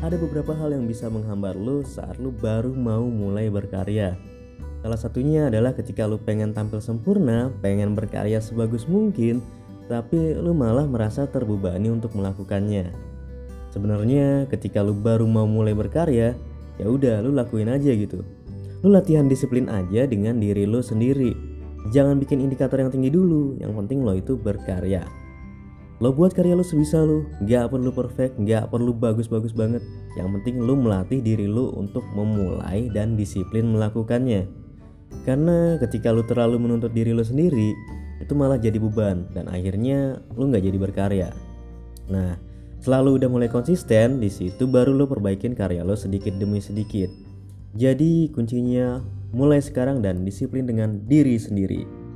ada beberapa hal yang bisa menghambat lu saat lu baru mau mulai berkarya. Salah satunya adalah ketika lu pengen tampil sempurna, pengen berkarya sebagus mungkin, tapi lu malah merasa terbebani untuk melakukannya. Sebenarnya ketika lu baru mau mulai berkarya, ya udah lu lakuin aja gitu. Lu latihan disiplin aja dengan diri lu sendiri. Jangan bikin indikator yang tinggi dulu, yang penting lo itu berkarya. Lo buat karya lo sebisa lo, gak perlu perfect, gak perlu bagus-bagus banget. Yang penting lo melatih diri lo untuk memulai dan disiplin melakukannya. Karena ketika lo terlalu menuntut diri lo sendiri, itu malah jadi beban dan akhirnya lo gak jadi berkarya. Nah, setelah lo udah mulai konsisten, di situ baru lo perbaikin karya lo sedikit demi sedikit. Jadi kuncinya mulai sekarang dan disiplin dengan diri sendiri.